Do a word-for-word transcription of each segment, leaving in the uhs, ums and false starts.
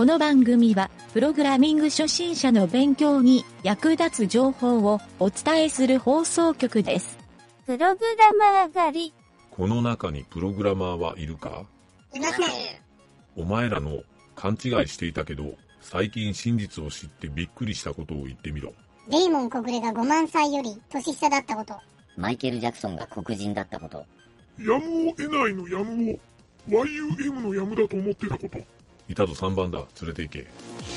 の番組はプログラミング初心者の勉強に役立つ情報をお伝えする放送局です。 プログラマー狩り。 この中にプログラマーはいるか？ いません。 お前らの勘違いしていたけど最近真実を知ってびっくりしたことを言ってみろ。 デーモン小暮がごまんさいより年下だったこと。 マイケル・ジャクソンが黒人だったこと。 やむを得ないのやむを ワイユーエム のやむだと思ってたこと。 いたぞさんばんだ、連れて行け。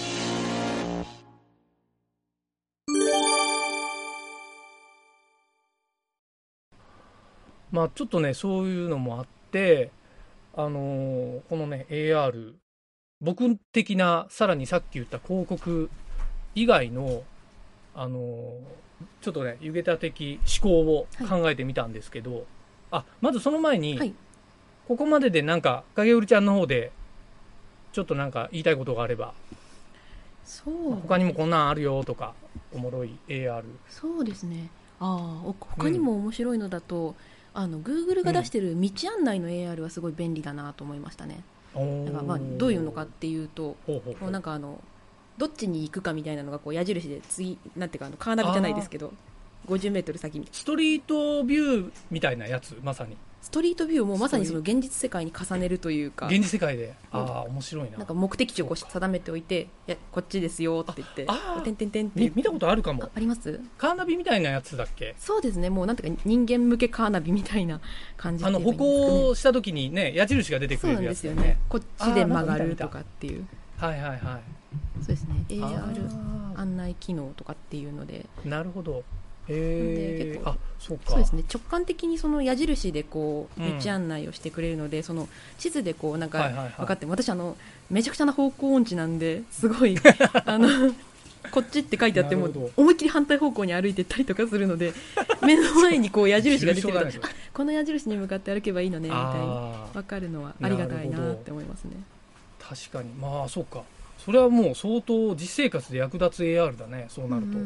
まあちょっとねそういうのもあってあのー、このね エーアール 僕的なさらにさっき言った広告以外のあのー、ちょっとね湯桁的思考を考えてみたんですけど、はい、あまずその前に、はい、ここまででなんか影織ちゃんの方でちょっとなんか言いたいことがあれば。 そう他にもこんなんあるよとかおもろい エーアール。 そうですね。ああ他にも面白いのだと、うん、あの Google が出してる道案内の エーアール はすごい便利だなと思いましたね。だからまあどういうのかっていうと、ほうほうほう、もうなんかあのどっちに行くかみたいなのがこう矢印で次なんていうかあのカーナビじゃないですけどごじゅうメートル先みたいなストリートビューみたいなやつ。まさにストリートビューをもうまさにその現実世界に重ねるというか、 現実世界で、ああ面白いな。 なんか目的地をこう定めておいて、いやこっちですよって言ってあてんてんてんって見たことあるかも。 あ, あります。 カーナビみたいなやつだっけ。 そうですね。もうなんていうか人間向けカーナビみたいな感じって言えばいいんですかね。 あの歩行した時にね矢印が出てくれるやつ、ね、 そうなんですよね。こっちで曲がるとかっていう。 はいはいはい。 そうですね。 エーアール 案内機能とかっていうので。 なるほど。えー、あそうか。 そうですね。直感的にその矢印でこう道案内をしてくれるので、うん、その地図でこうなんか分かって、はいはいはい、私あのめちゃくちゃな方向音痴なんですごいあのこっちって書いてあっても思いっきり反対方向に歩いてったりとかするので目の前にこう矢印が出てるとこの矢印に向かって歩けばいいのねみたいに分かるのはありがたいなって思いますね。 確かに。まあそうか。それはもう相当実生活で役立つ エーアール だね。そうなると、うんうんうん、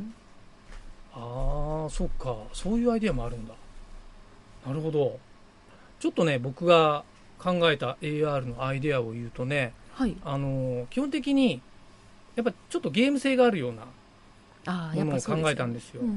ああそうか。そういうアイデアもあるんだ。なるほど。ちょっとね僕が考えた エーアール のアイデアを言うとね、はい、あの基本的にやっぱちょっとゲーム性があるようなものを考えたんですよ。うん、うん、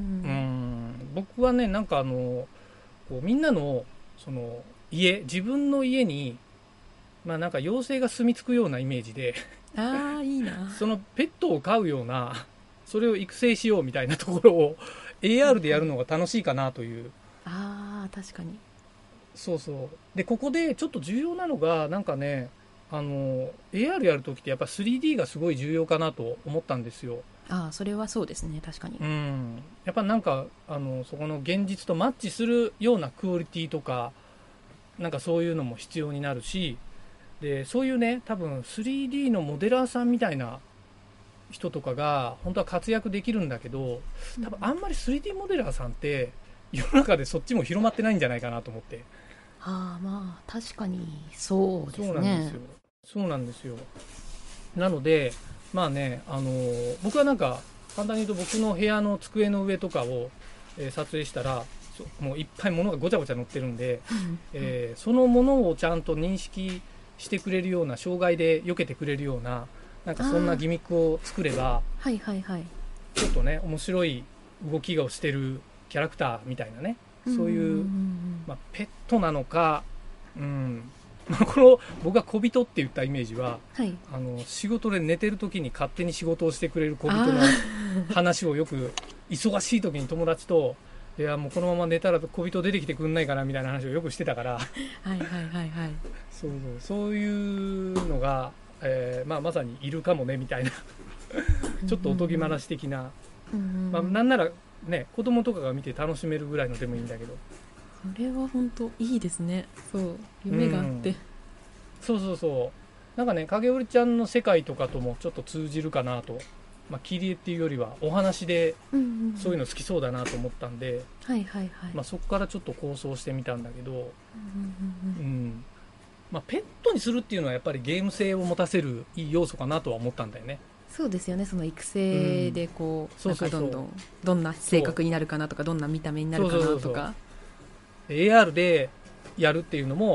僕はねなんかあのこうみんなのその家自分の家にまあなんか妖精が住み着くようなイメージであーいいなそのペットを飼うようなそれを育成しようみたいなところを エーアール でやるのが楽しいかなという。 あー確かに。 そうそう。でここでちょっと重要なのがなんかねあの エーアール やるときってやっぱ スリーディー がすごい重要かなと思ったんですよ。 ああそれはそうですね。確かに。 うんやっぱなんかあのそこの現実とマッチするようなクオリティとかなんかそういうのも必要になるし、でそういうね多分 スリーディー のモデラーさんみたいな人とかが本当は活躍できるんだけど多分あんまり スリーディー モデラーさんって世の中でそっちも広まってないんじゃないかなと思って。 ああまあ確かにそうですね。 そうなんですよ。そうなんですよ。なのでまあねあの僕はなんか簡単に言うと僕の部屋の机の上とかを、えー、撮影したらもういっぱい物がごちゃごちゃ載ってるんで、えー、そのものをちゃんと認識してくれるような障害で避けてくれるようななんかそんなギミックを作ればはいはいはいちょっとね面白い動きをしてるキャラクターみたいなねそういう、まあ、ペットなのか、うんこの僕が小人って言ったイメージは、はい、あの仕事で寝てる時に勝手に仕事をしてくれる小人の話をよく忙しい時に友達といやもうこのまま寝たら小人出てきてくんないかなみたいな話をよくしてたからはいはいはいはいそうそうそういうのが、えーまあ、まさにいるかもねみたいなちょっとおとぎ話的な、まあ、なんならね子供とかが見て楽しめるぐらいのでもいいんだけどそれは本当いいですね。そう夢があって、うん、 そうそうそうなんかね影織ちゃんの世界とかともちょっと通じるかなと、まあ、切り絵っていうよりはお話でそういうの好きそうだなと思ったんで、 はいはいはいまあ、そこからちょっと構想してみたんだけど、うんうんうんまあ、ペットにするっていうのはやっぱりゲーム性を持たせるいい要素かなとは思ったんだよね。 そうですよね。その育成でこう、うん、なんかどんどんどんな性格になるかなとかどんな見た目になるかなとかエーアール でやるっていうのも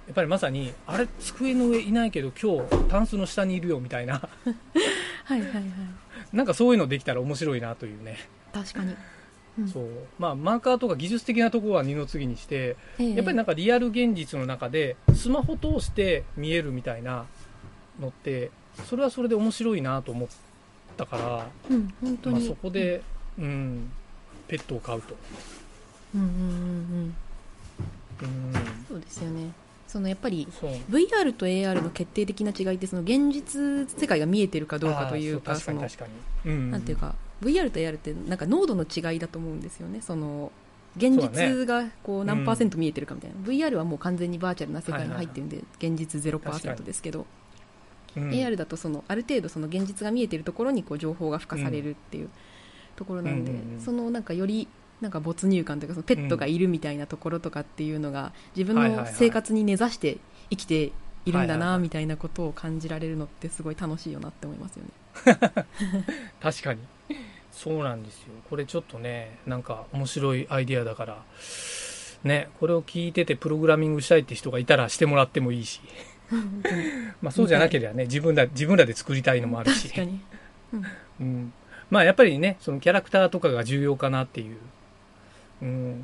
っぱりまさにあれ机の上いないけど今日タンスの下にいるよみたいなはいはいはい。 なんかそういうのできたら面白いなというね。 確かに。うん、 そうまあ、マーカーとか技術的なところは二の次にして、えー、やっぱりなんかリアル現実の中でスマホ通して見えるみたいなのってそれはそれで面白いなと思ったから、 うん本当にまあ、 そこで、うんうん、ペットを飼うと。 うんうんうんうんそうですよね。そのやっぱり ブイアール と エーアール の決定的な違いってその現実世界が見えてるかどうかというか、 確かに確かに、うんうん、 なんていうか ブイアール と エーアール ってなんか濃度の違いだと思うんですよね。その現実がこう何パーセント見えてるかみたいな、うん、ブイアール はもう完全にバーチャルな世界に入ってるんで、はいはいはい、現実 ゼロパーセント ですけど、うん、エーアール だとそのある程度その現実が見えてるところにこう情報が付加されるっていうところなんで、うんうんうん、そのなんかよりなんか没入感というかそのペットがいるみたいなところとかっていうのが自分の生活に根ざして生きているんだなみたいなことを感じられるのってすごい楽しいよなって思いますよね確かにそうなんですよ。これちょっとねなんか面白いアイディアだからね、これを聞いててプログラミングしたいって人がいたらしてもらってもいいしまあそうじゃなければね自分ら自分らで作りたいのもあるし確かに、うんうん、まあやっぱりねそのキャラクターとかが重要かなっていう、うん、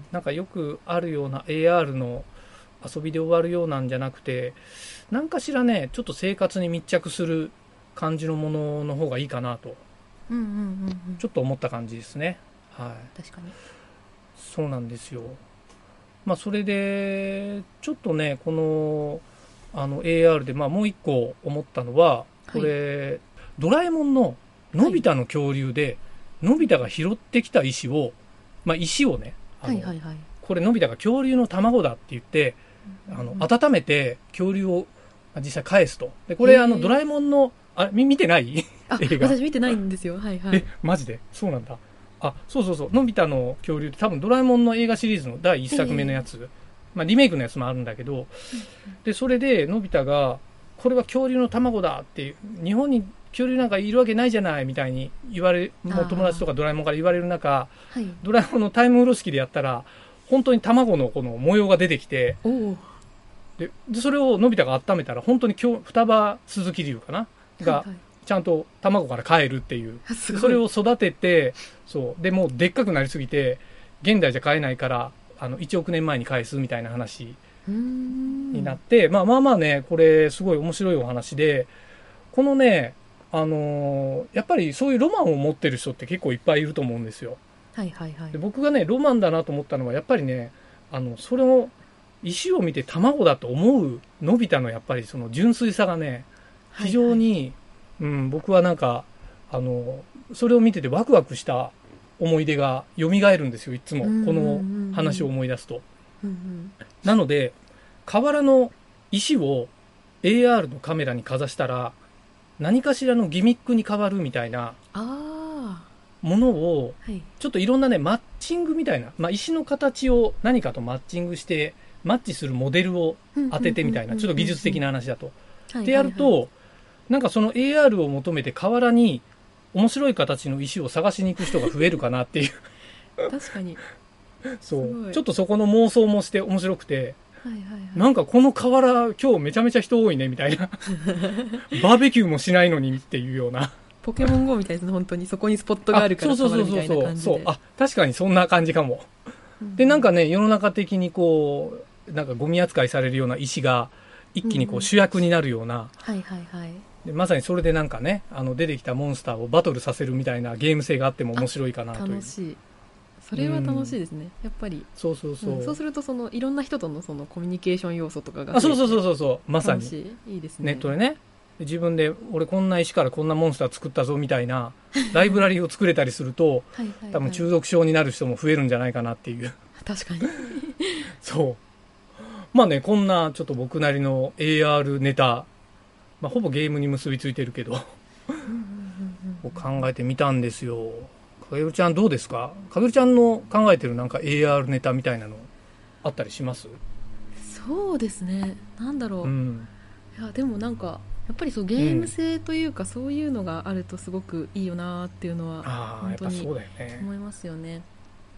なんかよくあるような エーアール の遊びで終わるようなんじゃなくて何かしらねちょっと生活に密着する感じのものの方がいいかなと、 うんうんうんうん、 ちょっと思った感じですね。はい、 確かにそうなんですよ。まあそれでちょっとねこのあの エーアール でまあもう一個思ったのはこれ、はい、ドラえもんののび太の恐竜で、はい、のび太が拾ってきた石をまあ石をねあの、はいはいはい、これのび太が恐竜の卵だって言ってあの温めて恐竜を実際返すと。でこれあのドラえもんのあれ見てないあ映画私見てないんですよ。はいはい。 えマジでそうなんだ。あそうそうそうのび太の恐竜って多分ドラえもんの映画シリーズのだいいっさくめのやつ、えーまあ、リメイクのやつもあるんだけど、でそれでのび太がこれは恐竜の卵だっていう日本に恐竜なんかいるわけないじゃないみたいに言われもう友達とかドラえもんから言われる中、はい、ドラえもんのタイム風呂式でやったら本当に卵のこの模様が出てきてででそれをのび太が温めたら本当に双葉鈴木龍かながちゃんと卵から帰るっていう、はいはい、それを育ててそうでもうでっかくなりすぎて現代じゃ飼えないからあのいちおくねんまえに返すみたいな話になって、まあ、まあまあねこれすごい面白いお話でこのねあのー、やっぱりそういうロマンを持ってる人って結構いっぱいいると思うんですよ。 はいはいはい、 で僕がねロマンだなと思ったのはやっぱりねあのそれを石を見て卵だと思うのび太のやっぱりその純粋さがね非常に、はいはいうん、僕はなんかあのそれを見ててワクワクした思い出が蘇るんですよいつもこの話を思い出すと、うんうん、なので河原の石を エーアール のカメラにかざしたら何かしらのギミックに変わるみたいなものをちょっといろんなねマッチングみたいな、まあ、石の形を何かとマッチングしてマッチするモデルを当ててみたいなちょっと技術的な話だとでやるとなんかその エーアール を求めて河原に面白い形の石を探しに行く人が増えるかなっていう確かにそうちょっとそこの妄想もして面白くて、はいはいはい、なんかこの河原今日めちゃめちゃ人多いねみたいなバーベキューもしないのにっていうようなポケモン ゴー みたいですね本当にそこにスポットがあるから変わるみたいな感じでそうあ確かにそんな感じかも、うん、でなんかね世の中的にこうなんかゴミ扱いされるような石が一気にこう主役になるような、うん、 はいはいはいでまさにそれでなんかねあの出てきたモンスターをバトルさせるみたいなゲーム性があっても面白いかなという楽しいそれは楽しいですね、うん、やっぱりそうそうそう、うん、 そうするとそのいろんな人とのそのコミュニケーション要素とかがあそうそうそうそうまさに楽しいいいですねネットでね自分で俺こんな石からこんなモンスター作ったぞみたいなライブラリーを作れたりするとはいはい、はい、多分中毒症になる人も増えるんじゃないかなっていう確かにそうまあねこんなちょっと僕なりの エーアール ネタまあ、ほぼゲームに結びついてるけどを考えてみたんですよ。かげるちゃんどうですか？かげるちゃんの考えてるなんか エーアール ネタみたいなのあったりします？ そうですねなんだろう、うん、いやでもなんかやっぱりそうゲーム性というか、うん、そういうのがあるとすごくいいよなっていうのは本当に思いますよね。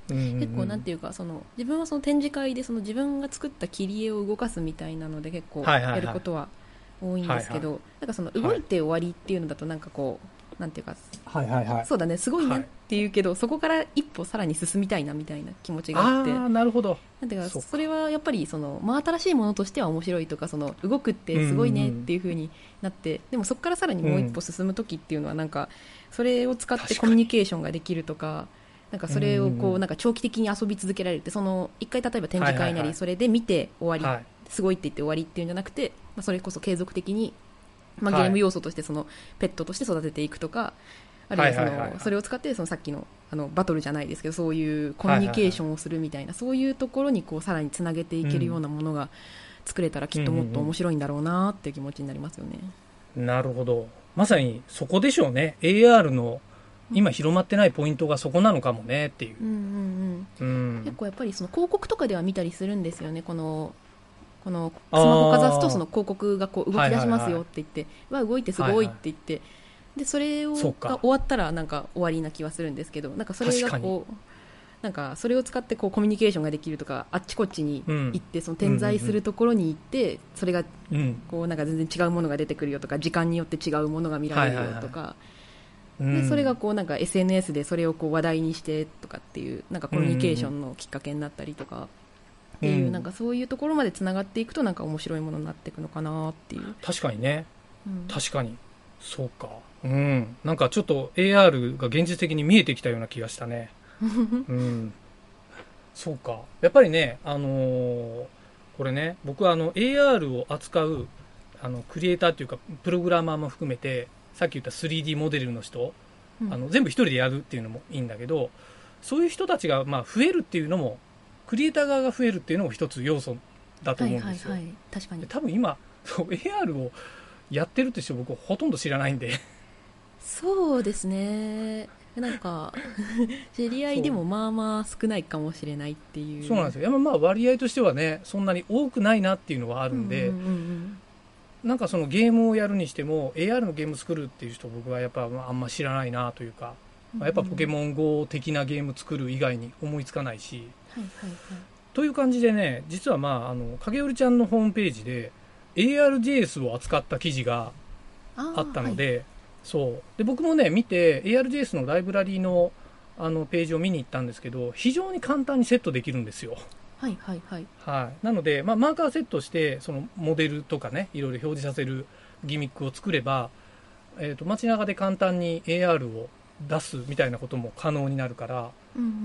うんうんうん、結構なんていうかその自分はその展示会でその自分が作った切り絵を動かすみたいなので結構やることは多いんですけど、はいはいはい、なんかその動いて終わりっていうのだとなんかこうなんていうか、 はいはいはい、 そうだねすごいねっていうけど、はい、そこから一歩さらに進みたいなみたいな気持ちがあって、 あーなるほど、 なんていうか そ, それはやっぱりその、まあ、新しいものとしては面白いとかその動くってすごいねっていう風になって、うんうん、でもそこからさらにもう一歩進む時っていうのはなんかそれを使ってコミュニケーションができるとか、なんかそれをこうなんか長期的に遊び続けられるって、その一回例えば展示会なりそれで見て終わり、はいはいはい、すごいって言って終わりっていうんじゃなくて、まあ、それこそ継続的に、まあ、ゲーム要素としてそのペットとして育てていくとか、あるいはその、はいはいはいはい、それを使ってそのさっき の, あのバトルじゃないですけどそういうコミュニケーションをするみたいな、はいはいはい、そういうところにこうさらにつなげていけるようなものが作れたらきっともっと面白いんだろうなっていう気持ちになりますよね、 うんうんうん、なるほど、まさにそこでしょうね。 エーアール の今広まってないポイントがそこなのかもねっていう、うんうんうんうん、 結構やっぱりその広告とかでは見たりするんですよね。このこのスマホかざすとその広告がこう動き出しますよって言って、はいはいはい、わ動いてすごいって言って、はいはい、でそれをが終わったらなんか終わりな気はするんですけど、なんかそれがこうなんかそれを使ってこうコミュニケーションができるとか、あっちこっちに行って、うん、その点在するところに行って、うんうんうん、それがこうなんか全然違うものが出てくるよとか、時間によって違うものが見られるよとか、はいはいはい、でそれがこうなんか エスエヌエス でそれをこう話題にしてとかっていうなんかコミュニケーションのきっかけになったりとかっていう、なんかそういうところまでつながっていくとなんか面白いものになっていくのかなっていう。 確かにね、うん、確かにそうか、うん、なんかちょっと エーアール が現実的に見えてきたような気がしたね、うん、そうか、やっぱりね、あのー、これね僕はあの エーアール を扱うあのクリエイターというかプログラマーも含めて、さっき言った スリーディー モデルの人、うん、あの全部一人でやるっていうのもいいんだけど、そういう人たちがまあ増えるっていうのも、クリエイター側が増えるっていうのも一つ要素だと思うんですよ、はいはいはい、確かに。多分今そう エーアール をやってるって人僕ほとんど知らないんでそうですね、なんか知り合いでもまあまあ少ないかもしれないっていう。 そうなんですよ。まあ割合としてはねそんなに多くないなっていうのはあるんで、うんうんうんうん、なんかそのゲームをやるにしても エーアール のゲーム作るっていう人僕はやっぱあんま知らないなというか、まあ、やっぱポケモン ゴー 的なゲーム作る以外に思いつかないし、はいはいはい、という感じでね、実はまああの影織ちゃんのホームページで エーアールジェイエス を扱った記事があったので、はい、そうで僕もね見て エーアールジェイエス のライブラリーのあのページを見に行ったんですけど、非常に簡単にセットできるんですよ。 はいはいはいはい、なので、まあ、マーカーセットしてそのモデルとかねいろいろ表示させるギミックを作れば、えーと、街中で簡単に エーアール を出すみたいなことも可能になるから、うんうんうん、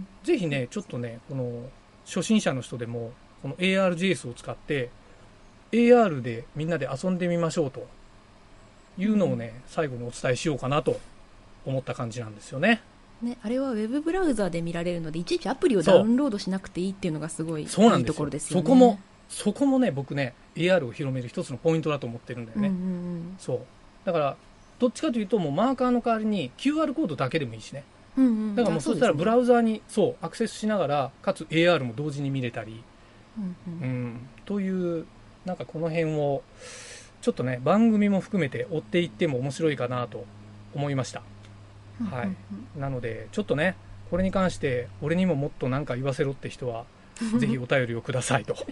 ぜひねちょっとねこの初心者の人でもこの エーアールジェイエス を使って エーアール でみんなで遊んでみましょうというのをね、うん、最後にお伝えしようかなと思った感じなんですよね。 ね、あれはウェブブラウザで見られるのでいちいちアプリをダウンロードしなくていいっていうのがすごいいいところですよね。 そこもそこもね僕ね エーアール を広める一つのポイントだと思ってるんだよね、うんうんうん、そうだからどっちかというともうマーカーの代わりに キューアール コードだけでもいいしね、うんうん、だからもうそしたらブラウザーにそうアクセスしながらかつ エーアール も同時に見れたり、うんうんうん、というなんかこの辺をちょっとね番組も含めて追っていっても面白いかなと思いました、はい、なのでちょっとねこれに関して俺にももっと何か言わせろって人はぜひお便りをくださいと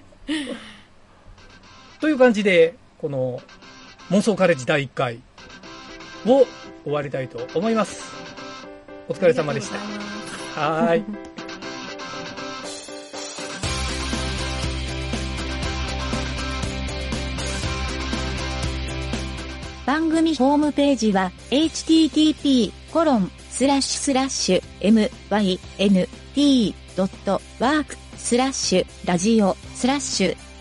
という感じでこの妄想カレッジだいいっかいを終わりたいと思います。お疲れ様でした。はい。 番組ホームページは エイチティーティーピーコロンスラッシュスラッシュエムワイエヌティードットワークスラッシュラジオスラッシュ